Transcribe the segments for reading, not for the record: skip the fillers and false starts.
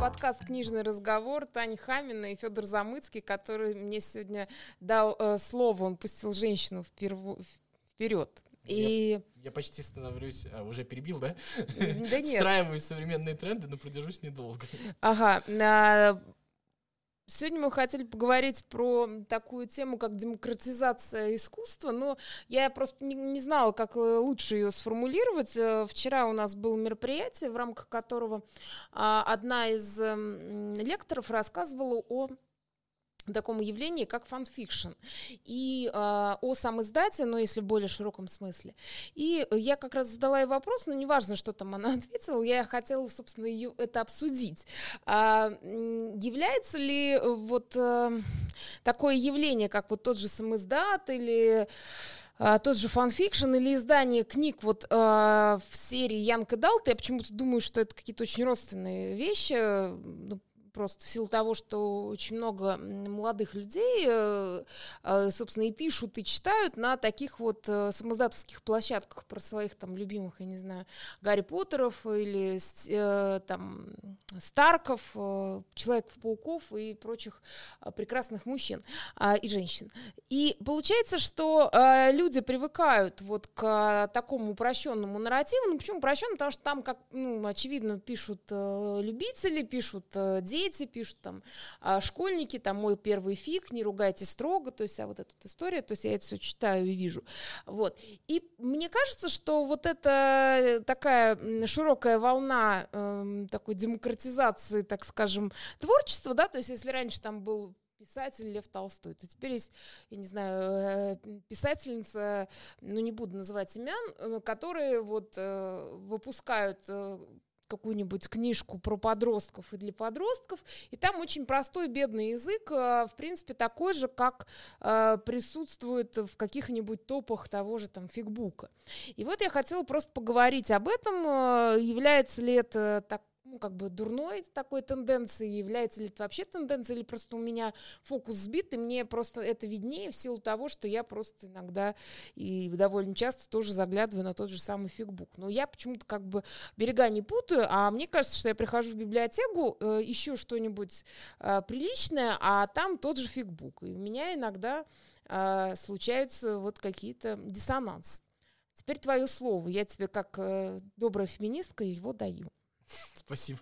подкаст «Книжный разговор». Таня Хамина и Федор Замыцкий, который мне сегодня дал слово. Он пустил женщину вперед. Я почти становлюсь... уже перебил, да? Да нет. Встраиваюсь в современные тренды, но продержусь недолго. Ага. Сегодня мы хотели поговорить про такую тему, как демократизация искусства, но я просто не знала, как лучше ее сформулировать. Вчера у нас было мероприятие, в рамках которого одна из лекторов рассказывала о такому явлению, как фанфикшн, и о самоиздате, но если в более широком смысле. И я как раз задала ей вопрос, но неважно, что там она ответила, я хотела, собственно, это обсудить. Является ли вот такое явление, как вот тот же самоиздат или тот же фанфикшн или издание книг вот в серии Янка Далта, я почему-то думаю, что это какие-то очень родственные вещи, просто в силу того, что очень много молодых людей, собственно, и пишут, и читают на таких вот самоиздатовских площадках про своих там любимых, я не знаю, Гарри Поттеров или там Старков, Человеков-пауков и прочих прекрасных мужчин и женщин. И получается, что люди привыкают вот к такому упрощенному нарративу. Ну, почему упрощенному? Потому что там, как, очевидно, пишут любители, пишут дети, пишут там школьники, там мой первый фиг, не ругайте строго, то есть вся вот эта история, то есть я это все читаю и вижу. Вот. И мне кажется, что вот эта такая широкая волна такой демократизации, так скажем, творчества, да, то есть если раньше там был писатель Лев Толстой, то теперь есть, я не знаю, писательница, не буду называть имен, которые вот выпускают какую-нибудь книжку про подростков и для подростков, и там очень простой бедный язык, в принципе, такой же, как присутствует в каких-нибудь топах того же там фигбука. И вот я хотела просто поговорить об этом, является ли это так, как бы дурной такой тенденцией, является ли это вообще тенденцией, или просто у меня фокус сбит, и мне просто это виднее в силу того, что я просто иногда и довольно часто тоже заглядываю на тот же самый фигбук. Но я почему-то как бы берега не путаю, а мне кажется, что я прихожу в библиотеку, ищу что-нибудь приличное, а там тот же фигбук. И у меня иногда случаются вот какие-то диссонансы. Теперь твое слово. Я тебе как добрая феминистка его даю. Спасибо.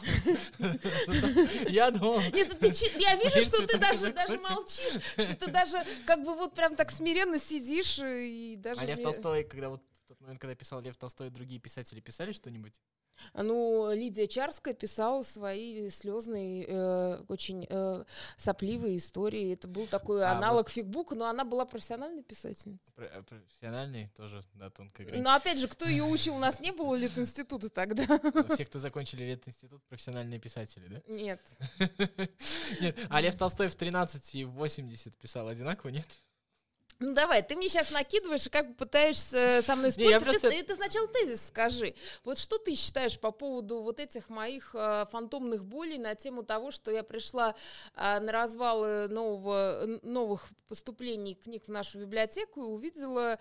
Я думал... Нет, я вижу, что ты даже молчишь, что ты даже как бы вот прям так смиренно сидишь и даже... А Лев Толстой, когда вот в тот момент, когда писал Лев Толстой, другие писатели писали что-нибудь? Лидия Чарская писала свои слезные, очень сопливые истории. Это был такой аналог фигбука, но она была профессиональной писательницей. Профессиональной тоже, да, тонкая грань. Но опять же, кто ее учил? У нас не было литинститута тогда. Все, кто закончили литинститут, профессиональные писатели, да? Нет. Нет. А Лев Толстой в 13 и в 80 писал одинаково, нет? Ну давай, ты мне сейчас накидываешь и как бы пытаешься со мной спорить. Ты сначала тезис скажи. Вот что ты считаешь по поводу вот этих моих фантомных болей на тему того, что я пришла на развалы новых поступлений книг в нашу библиотеку и увидела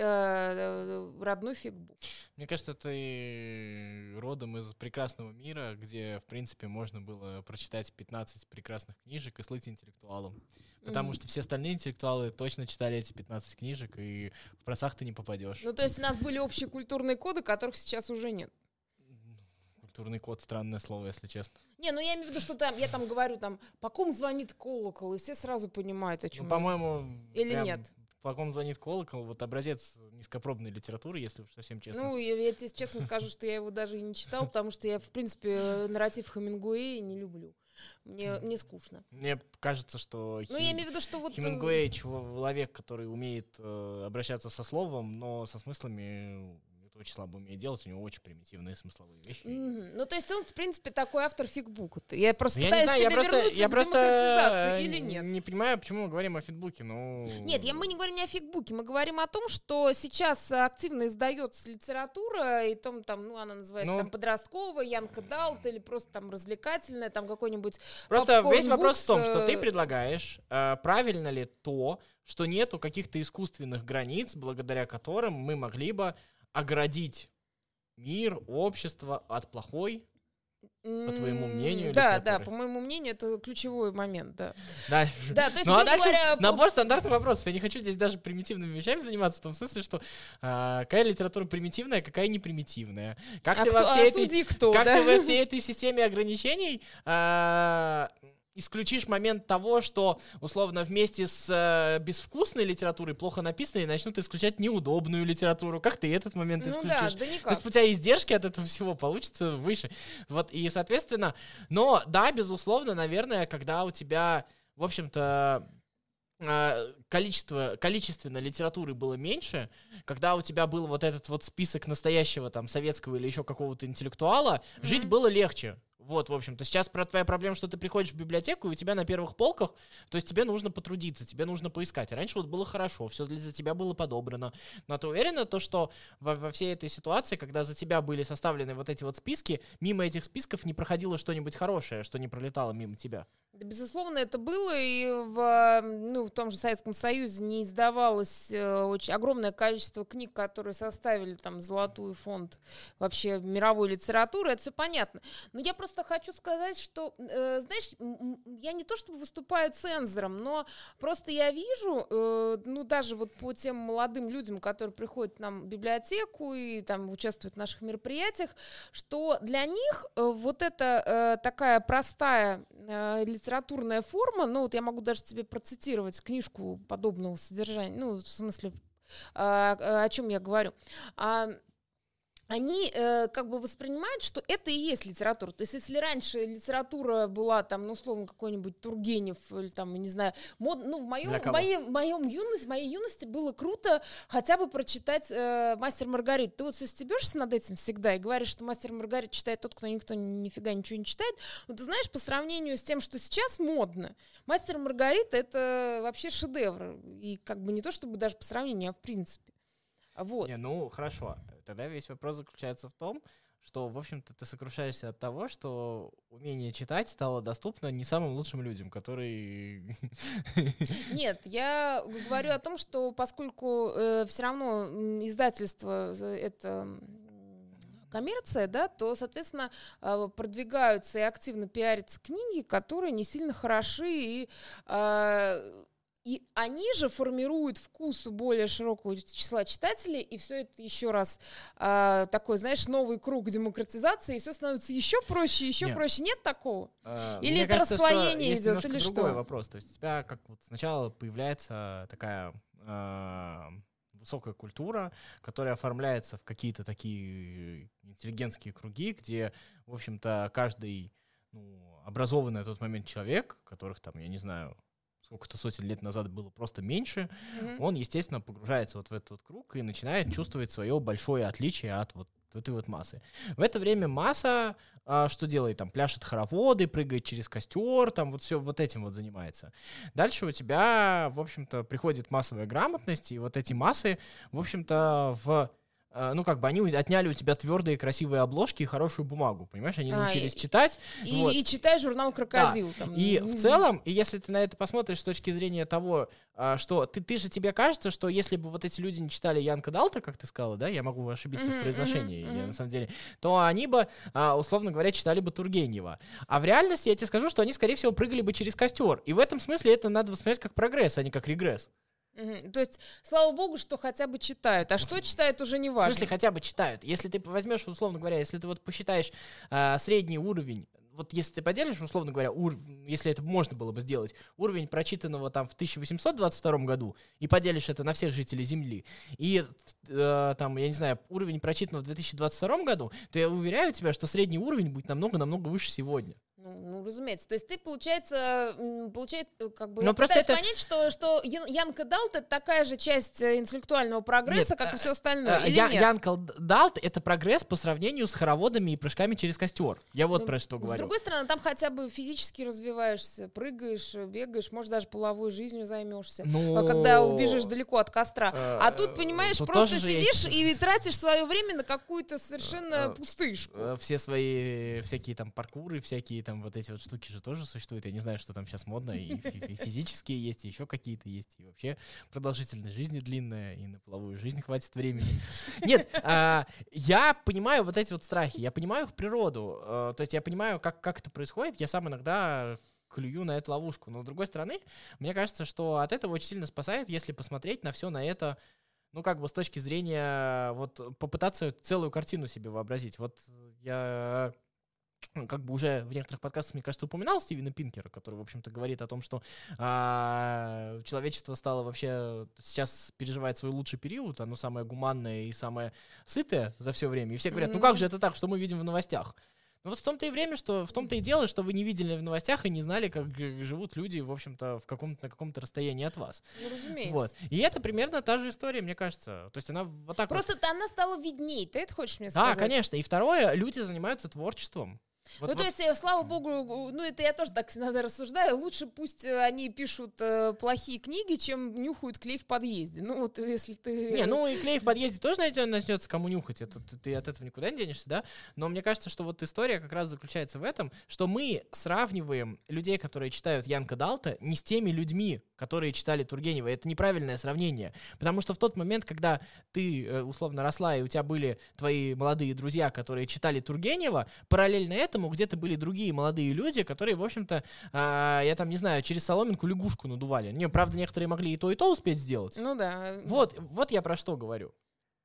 родной фигбук? Мне кажется, ты родом из прекрасного мира, где, в принципе, можно было прочитать 15 прекрасных книжек и слыть интеллектуалом. Потому что все остальные интеллектуалы точно читали эти 15 книжек, и в просах ты не попадешь. Ну, то есть у нас были общие культурные коды, которых сейчас уже нет. Культурный код — странное слово, если честно. Не, ну я имею в виду, что там, я там говорю, там, по ком звонит колокол, и все сразу понимают, о чем по-моему... Или нет? По ком звонит колокол, вот образец низкопробной литературы, если уж совсем честно. Ну, я тебе честно скажу, что я его даже и не читал, потому что я, в принципе, нарратив Хемингуэя не люблю. Мне скучно. Мне кажется, что я имею в виду, что вот... Хемингуэй — человек, который умеет обращаться со словом, но со смыслами очень слабо умеет делать, у него очень примитивные смысловые вещи. Ну, то есть он, в принципе, такой автор фигбука. Я просто пытаюсь тебя вернуть к демократизации, или нет? Не понимаю, почему мы говорим о фигбуке, Нет, мы не говорим не о фигбуке, мы говорим о том, что сейчас активно издается литература, и там она называется там подростковая, Янка Далт, или просто там развлекательная, там какой-нибудь... Просто весь вопрос в том, что ты предлагаешь, правильно ли то, что нету каких-то искусственных границ, благодаря которым мы могли бы оградить мир, общество от плохой По твоему мнению? Да, по моему мнению, это ключевой момент, да. Да, то есть, ну а дальше говоря, набор стандартных вопросов. Я не хочу здесь даже примитивными вещами заниматься, в том смысле, что какая литература примитивная, какая не примитивная. Как ты во всей этой системе ограничений исключишь момент того, что, условно, вместе с безвкусной литературой, плохо написанной, начнут исключать неудобную литературу. Как ты этот момент исключишь? Да никак. То есть у тебя издержки от этого всего получатся выше. Вот, и, соответственно, но, да, безусловно, наверное, когда у тебя, в общем-то, количественно литературы было меньше, когда у тебя был вот этот вот список настоящего там советского или еще какого-то интеллектуала, жить было легче. Вот, в общем-то, сейчас твоя проблема, что ты приходишь в библиотеку, и у тебя на первых полках, то есть тебе нужно потрудиться, тебе нужно поискать. Раньше вот было хорошо, все за тебя было подобрано. Но ты уверена, что во всей этой ситуации, когда за тебя были составлены вот эти вот списки, мимо этих списков не проходило что-нибудь хорошее, что не пролетало мимо тебя? Да, безусловно, это было, и в том же Советском Союзе не издавалось очень огромное количество книг, которые составили там золотой фонд вообще мировой литературы, это все понятно. Но я просто хочу сказать, что, знаешь, я не то чтобы выступаю цензором, но просто я вижу, даже вот по тем молодым людям, которые приходят к нам в библиотеку и там участвуют в наших мероприятиях, что для них вот эта такая простая литературная форма, я могу даже тебе процитировать книжку подобного содержания, в смысле, о чем я говорю. Они как бы воспринимают, что это и есть литература. То есть, если раньше литература была там, условно, какой-нибудь Тургенев или там, не знаю, в моей юности было круто хотя бы прочитать «Мастер и Маргариту». Ты вот все стебешься над этим всегда и говоришь, что «Мастер и Маргариту» читает тот, кто никто нифига ничего не читает. Но ты знаешь, по сравнению с тем, что сейчас модно, «Мастер и Маргарита» — это вообще шедевр. И как бы не то, чтобы даже по сравнению, а в принципе. Вот. Хорошо. Тогда весь вопрос заключается в том, что, в общем-то, ты сокрушаешься от того, что умение читать стало доступно не самым лучшим людям, которые... Нет, я говорю о том, что поскольку все равно издательство — это коммерция, да, то, соответственно, продвигаются и активно пиарятся книги, которые не сильно хороши, и они же формируют вкус у более широкого числа читателей, и все это еще раз такой, знаешь, новый круг демократизации, и все становится еще проще, проще. Нет такого? Или это расслоение идет, или что? Другой вопрос. То есть у тебя как вот сначала появляется такая высокая культура, которая оформляется в какие-то такие интеллигентские круги, где, в общем-то, каждый образованный на тот момент человек, которых там, я не знаю, сколько-то сотен лет назад было просто меньше, он, естественно, погружается вот в этот вот круг и начинает чувствовать свое большое отличие от вот этой вот массы. В это время масса что делает? Там пляшет хороводы, прыгает через костер, там вот все вот этим вот занимается. Дальше у тебя, в общем-то, приходит массовая грамотность, и вот эти массы, в общем-то, они отняли у тебя твердые красивые обложки и хорошую бумагу, понимаешь? Они научились читать. И читай журнал «Крокодил». Да. Там. И в целом, и если ты на это посмотришь с точки зрения того, что тебе кажется, что если бы вот эти люди не читали Янка Далта, как ты сказала, да, я могу ошибиться в произношении, на самом деле, то они бы, условно говоря, читали бы Тургенева. А в реальности я тебе скажу, что они, скорее всего, прыгали бы через костер. И в этом смысле это надо воспринимать как прогресс, а не как регресс. То есть, слава богу, что хотя бы читают, а что читают, уже не важно. В смысле, хотя бы читают. Если ты возьмешь, условно говоря, если ты вот посчитаешь средний уровень, вот если ты поделишь, условно говоря, если это можно было бы сделать, уровень прочитанного там в 1822 году, и поделишь это на всех жителей Земли, и там, я не знаю, уровень прочитанного в 2022 году, то я уверяю тебя, что средний уровень будет намного-намного выше сегодня. Разумеется. То есть ты, получается, как бы пытаюсь понять, что Янка Далт — это такая же часть интеллектуального прогресса, как и все остальное, или нет? Янка Далт — это прогресс по сравнению с хороводами и прыжками через костер. Я вот про что говорю. С другой стороны, там хотя бы физически развиваешься, прыгаешь, бегаешь, может, даже половой жизнью займешься, когда убежишь далеко от костра. А тут, понимаешь, просто сидишь и тратишь свое время на какую-то совершенно пустышку. Все свои всякие там паркуры, всякие там там вот эти вот штуки же тоже существуют. Я не знаю, что там сейчас модно, и физические есть, и еще какие-то есть, и вообще продолжительность жизни длинная, и на половую жизнь хватит времени. Нет, я понимаю вот эти вот страхи, я понимаю их природу, то есть я понимаю, как это происходит, я сам иногда клюю на эту ловушку, но с другой стороны, мне кажется, что от этого очень сильно спасает, если посмотреть на все на это, ну, как бы с точки зрения, вот, попытаться целую картину себе вообразить. Вот я как бы уже в некоторых подкастах, мне кажется, упоминал Стивена Пинкера, который, в общем-то, говорит о том, что человечество стало вообще, сейчас переживает свой лучший период, оно самое гуманное и самое сытое за все время. И все говорят, ну как же это так, что мы видим в новостях? Ну вот в том-то и время, что в том-то и дело, что вы не видели в новостях и не знали, как живут люди, в общем-то, на каком-то расстоянии от вас. Ну, разумеется. Вот. И это примерно та же история, мне кажется. То есть она вот так Просто вот... она стала видней, ты это хочешь мне сказать? Да, конечно. И второе, люди занимаются творчеством. Вот, то есть, слава богу, ну это я тоже так иногда рассуждаю, лучше пусть они пишут плохие книги, чем нюхают клей в подъезде. Ну вот если ты... Не, ну и клей в подъезде тоже, знаете, начнется кому нюхать, это, ты от этого никуда не денешься, да? Но мне кажется, что вот история как раз заключается в этом, что мы сравниваем людей, которые читают Янка Далта, не с теми людьми, которые читали Тургенева. Это неправильное сравнение, потому что в тот момент, когда ты условно росла, и у тебя были твои молодые друзья, которые читали Тургенева, параллельно этому где-то были другие молодые люди, которые, в общем-то, я там не знаю, через соломинку лягушку надували. Не, правда, некоторые могли и то успеть сделать. Ну да. Вот я про что говорю.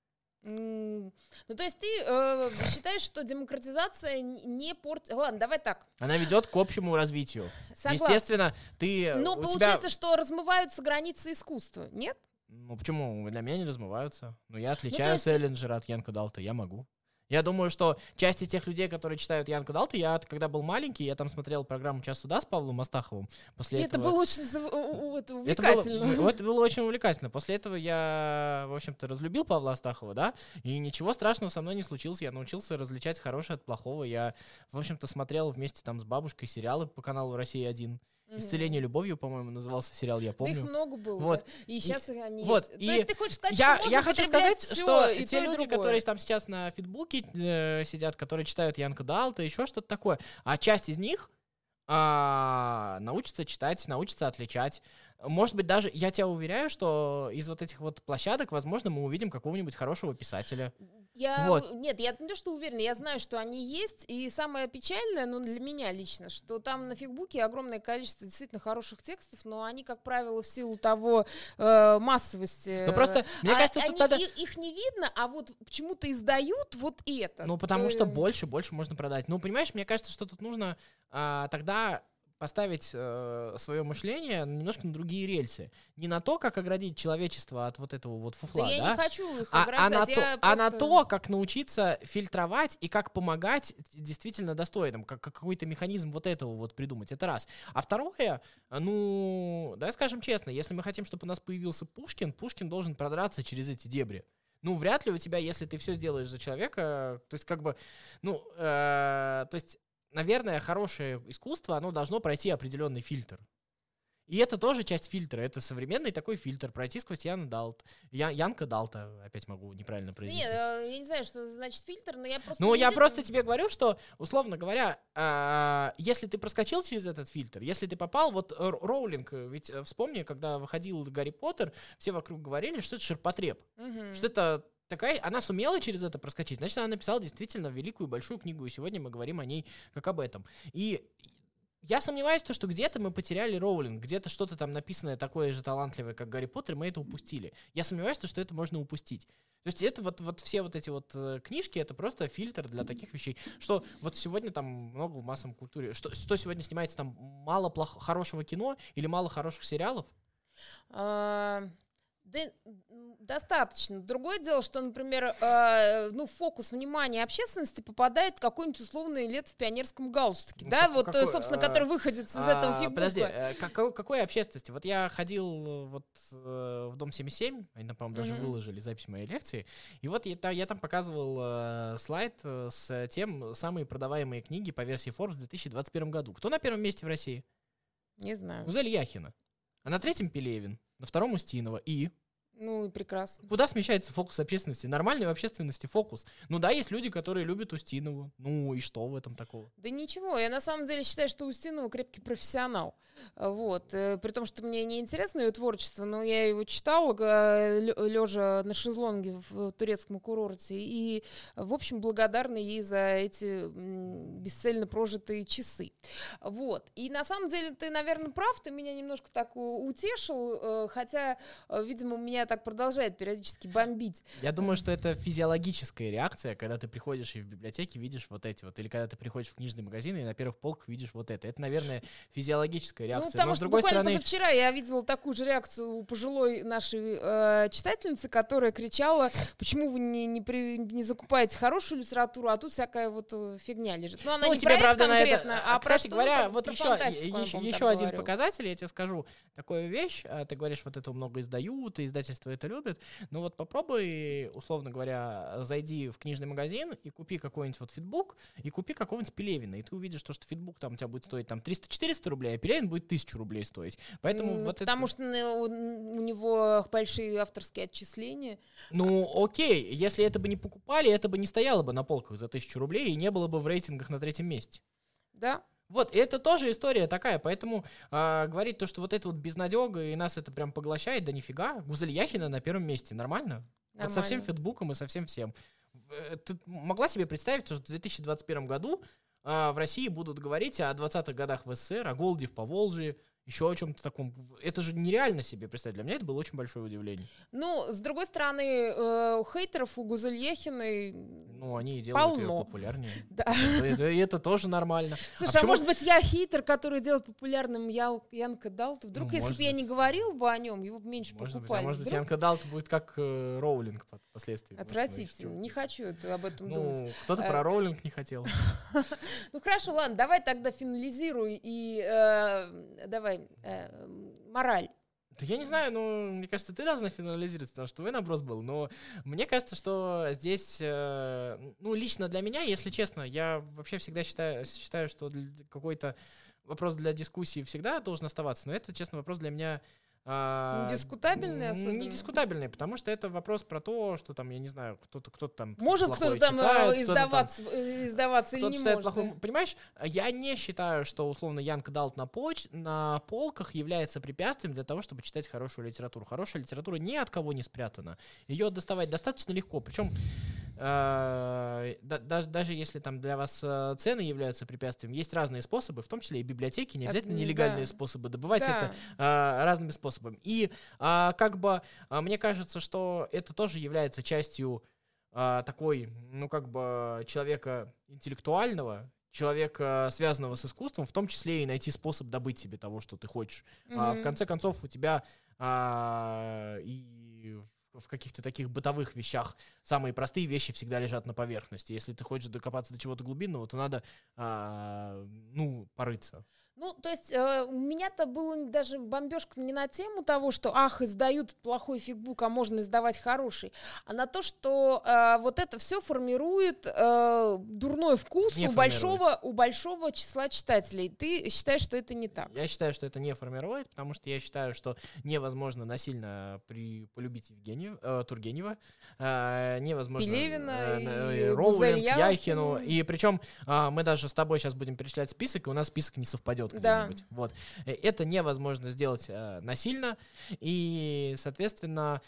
Ну, то есть ты считаешь, что демократизация не портит... Ладно, давай так. Она ведет к общему развитию. Согласна. Естественно, ты... Но получается, что размываются границы искусства, нет? Ну, почему? Для меня не размываются. Но я отличаю Селлинджера от Янка Далта, я могу. Я думаю, что часть из тех людей, которые читают Янка Далта, я, когда был маленький, я там смотрел программу «Час суда» с Павлом Астаховым. После этого... Это было очень увлекательно. Это было очень увлекательно. После этого я, в общем-то, разлюбил Павла Астахова, да, и ничего страшного со мной не случилось. Я научился различать хорошее от плохого. Я, в общем-то, смотрел вместе там с бабушкой сериалы по каналу «Россия-1». «Исцеление любовью», по-моему, назывался сериал, я помню. Да их много было, вот. Да? И сейчас они вот. есть. То есть ты хочешь сказать, что можно я хочу сказать, что и те люди, которые там сейчас на Фитбуке сидят, которые читают Янка Далта, еще что-то такое, а часть из них научатся читать, научатся отличать. Может быть, даже, я тебя уверяю, что из вот этих вот площадок, возможно, мы увидим какого-нибудь хорошего писателя. Нет, я не то, что уверена, я знаю, что они есть, и самое печальное, ну, для меня лично, что там на Фигбуке огромное количество действительно хороших текстов, но они, как правило, в силу того массовости... Ну, просто, мне кажется, тут надо... Их не видно, а вот почему-то издают вот это. Ну, потому что больше можно продать. Ну, понимаешь, мне кажется, что тут нужно тогда... поставить свое мышление немножко на другие рельсы. Не на то, как оградить человечество от вот этого вот фуфла, да? Я не хочу их ограждать. На то, как научиться фильтровать и как помогать действительно достойным, как какой-то механизм вот этого вот придумать. Это раз. А второе, ну, давай скажем честно, если мы хотим, чтобы у нас появился Пушкин должен продраться через эти дебри. Ну, вряд ли у тебя, если ты все сделаешь за человека, то есть как бы, ну, то есть наверное, хорошее искусство, оно должно пройти определенный фильтр. И это тоже часть фильтра. Это современный такой фильтр. Пройти сквозь Янка Далта. Опять могу неправильно произнести. Нет, я не знаю, что значит фильтр, но я просто... Ну, я просто тебе говорю, что, условно говоря, если ты проскочил через этот фильтр, если ты попал... Вот Роулинг, ведь вспомни, когда выходил Гарри Поттер, все вокруг говорили, что это ширпотреб. Что это... она сумела через это проскочить, значит, она написала действительно великую большую книгу, и сегодня мы говорим о ней как об этом. И я сомневаюсь, что где-то мы потеряли Роулинг, где-то что-то там написанное такое же талантливое, как Гарри Поттер, мы это упустили. Я сомневаюсь, что это можно упустить. То есть это вот все вот эти вот книжки, это просто фильтр для таких вещей, что вот сегодня там много в массовой культуре, что сегодня снимается там мало хорошего кино или мало хороших сериалов? Да, достаточно. Другое дело, что, например, фокус внимания общественности попадает какой-нибудь условный лет в пионерском галстуке, да, вот, собственно, который выходит из этого Фигбука. Подожди, какой общественности? Вот я ходил вот в Дом 77, они там, по-моему, даже выложили запись моей лекции, и вот я там показывал слайд с тем, самые продаваемые книги по версии Forbes в 2021 году. Кто на первом месте в России? Не знаю. Гузель Яхина. А на третьем Пелевин, на втором Устинова и... Ну и прекрасно. Куда смещается фокус общественности? Нормальный в общественности фокус. Ну да, есть люди, которые любят Устинову. Ну и что в этом такого? Да ничего, я на самом деле считаю, что Устинова крепкий профессионал. Вот. При том, что мне не интересно ее творчество, но я его читала, лежа на шезлонге в турецком курорте. И, в общем, благодарна ей за эти бесцельно прожитые часы. Вот. И на самом деле ты, наверное, прав, ты меня немножко так утешил, хотя, видимо, меня так продолжает периодически бомбить. Я думаю, что это физиологическая реакция, когда ты приходишь и в библиотеке видишь вот эти вот, или когда ты приходишь в книжный магазин и на первых полках видишь вот это. Это, наверное, физиологическая реакция. Ну, потому но, что с другой буквально стороны... позавчера я видела такую же реакцию у пожилой нашей читательницы, которая кричала, почему вы не закупаете хорошую литературу, а тут всякая вот фигня лежит. Ну, она не тебе, про правда, это конкретно, на это... а Кстати про говоря, что-то, вот про еще один говорил. показатель, я тебе скажу, такую вещь, ты говоришь, вот это много издают, и издательства это любят, но вот попробуй, условно говоря, зайди в книжный магазин и купи какой-нибудь вот фитбук, и купи какого-нибудь Пелевина, и ты увидишь, что фитбук там у тебя будет стоить там 300-400 рублей, а Пелевин будет 1000 рублей стоить. Поэтому вот потому что у него большие авторские отчисления. Ну, окей, если это бы не покупали, это бы не стояло бы на полках за 1000 рублей и не было бы в рейтингах на 3-м месте. Да. Вот, и это тоже история такая, поэтому говорить то, что вот это вот безнадега и нас это прям поглощает, да нифига. Гузель Яхина на 1-м месте, нормально? Вот со всем фитбуком и со всем. Ты могла себе представить, что в 2021 году в России будут говорить о 20-х годах в СССР, о голоде в Поволжье, еще о чем-то таком. Это же нереально себе представить. Для меня это было очень большое удивление. Ну, с другой стороны, хейтеров у Гузель Яхиной ну, они делают полно. Ее популярнее. Да. Это тоже нормально. Слушай, а может быть, я хейтер, который делает популярным Янка Далта? Вдруг, если бы я не говорила бы о нем, его бы меньше покупали. Может быть, Янка Далта будет как Роулинг впоследствии. Отвратительно. Не хочу об этом думать. Кто-то про Роулинг не хотел. Ну, хорошо, ладно, давай тогда финализируй и давай мораль. Да я не знаю, но мне кажется, ты должна финализировать, потому что твой наброс был. Но мне кажется, что здесь, ну, лично для меня, если честно, я вообще всегда считаю, что какой-то вопрос для дискуссии всегда должен оставаться. Но это, честно, вопрос для меня... Дискутабельный особенно? Не дискутабельный, потому что это вопрос про то, что там, я не знаю, кто-то там может кто-то там читает, издаваться или не может. Плохой, да? Понимаешь, я не считаю, что, условно, Янка Далт на полках является препятствием для того, чтобы читать хорошую литературу. Хорошая литература ни от кого не спрятана. Ее доставать достаточно легко. Причем даже если там для вас цены являются препятствием, есть разные способы, в том числе и библиотеки, не обязательно нелегальные способы добывать это разными способами. И мне кажется, что это тоже является частью такой, ну как бы человека интеллектуального, человека, связанного с искусством, в том числе и найти способ добыть себе того, что ты хочешь. В конце концов, у тебя и в каких-то таких бытовых вещах самые простые вещи всегда лежат на поверхности. Если ты хочешь докопаться до чего-то глубинного, то надо, порыться. Ну, то есть у меня-то была даже бомбежка не на тему того, что, издают плохой фигбук, а можно издавать хороший, а на то, что вот это все формирует дурной вкус у большого числа читателей. Ты считаешь, что это не так? Я считаю, что это не формирует, потому что я считаю, что невозможно насильно полюбить Тургенева, невозможно Пелевина, Роулинг, Яхину, и причем мы даже с тобой сейчас будем перечислять список, и у нас список не совпадет. Да. Вот. Это невозможно сделать насильно, и, соответственно,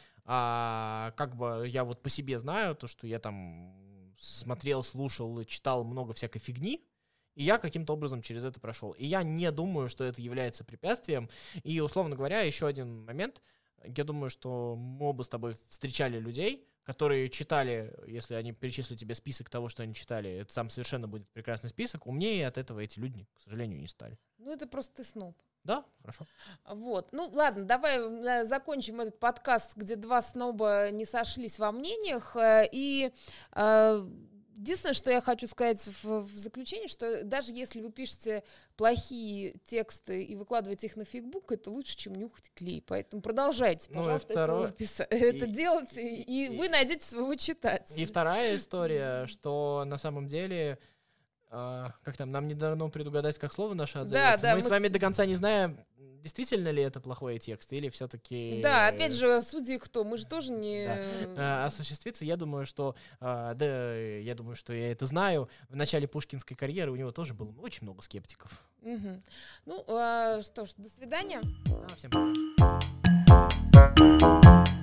я вот по себе знаю, то, что я там смотрел, слушал, читал много всякой фигни, и я каким-то образом через это прошел. И я не думаю, что это является препятствием, и, условно говоря, еще один момент, я думаю, что мы оба с тобой встречали людей, которые читали, если они перечислят тебе список того, что они читали, это сам совершенно будет прекрасный список, умнее от этого эти люди, к сожалению, не стали. Ну, это просто ты сноб. Да, хорошо. Вот. Ну, ладно, давай закончим этот подкаст, где два сноба не сошлись во мнениях. И единственное, что я хочу сказать в заключении, что даже если вы пишете плохие тексты и выкладываете их на фейсбук, это лучше, чем нюхать клей. Поэтому продолжайте, пожалуйста, это делать, и вы найдете своего читателя. И вторая история, что на самом деле Как там, нам не дано предугадать, как слово наше Да, отзовется. да, Мы с вами до конца не знаем, действительно ли это плохой текст, или все-таки... Да, опять же, судьи кто? Мы же тоже не... Осуществится, я думаю, что... я думаю, что я это знаю. В начале пушкинской карьеры у него тоже было очень много скептиков. Мгм. Ну, что ж, до свидания. Всем пока.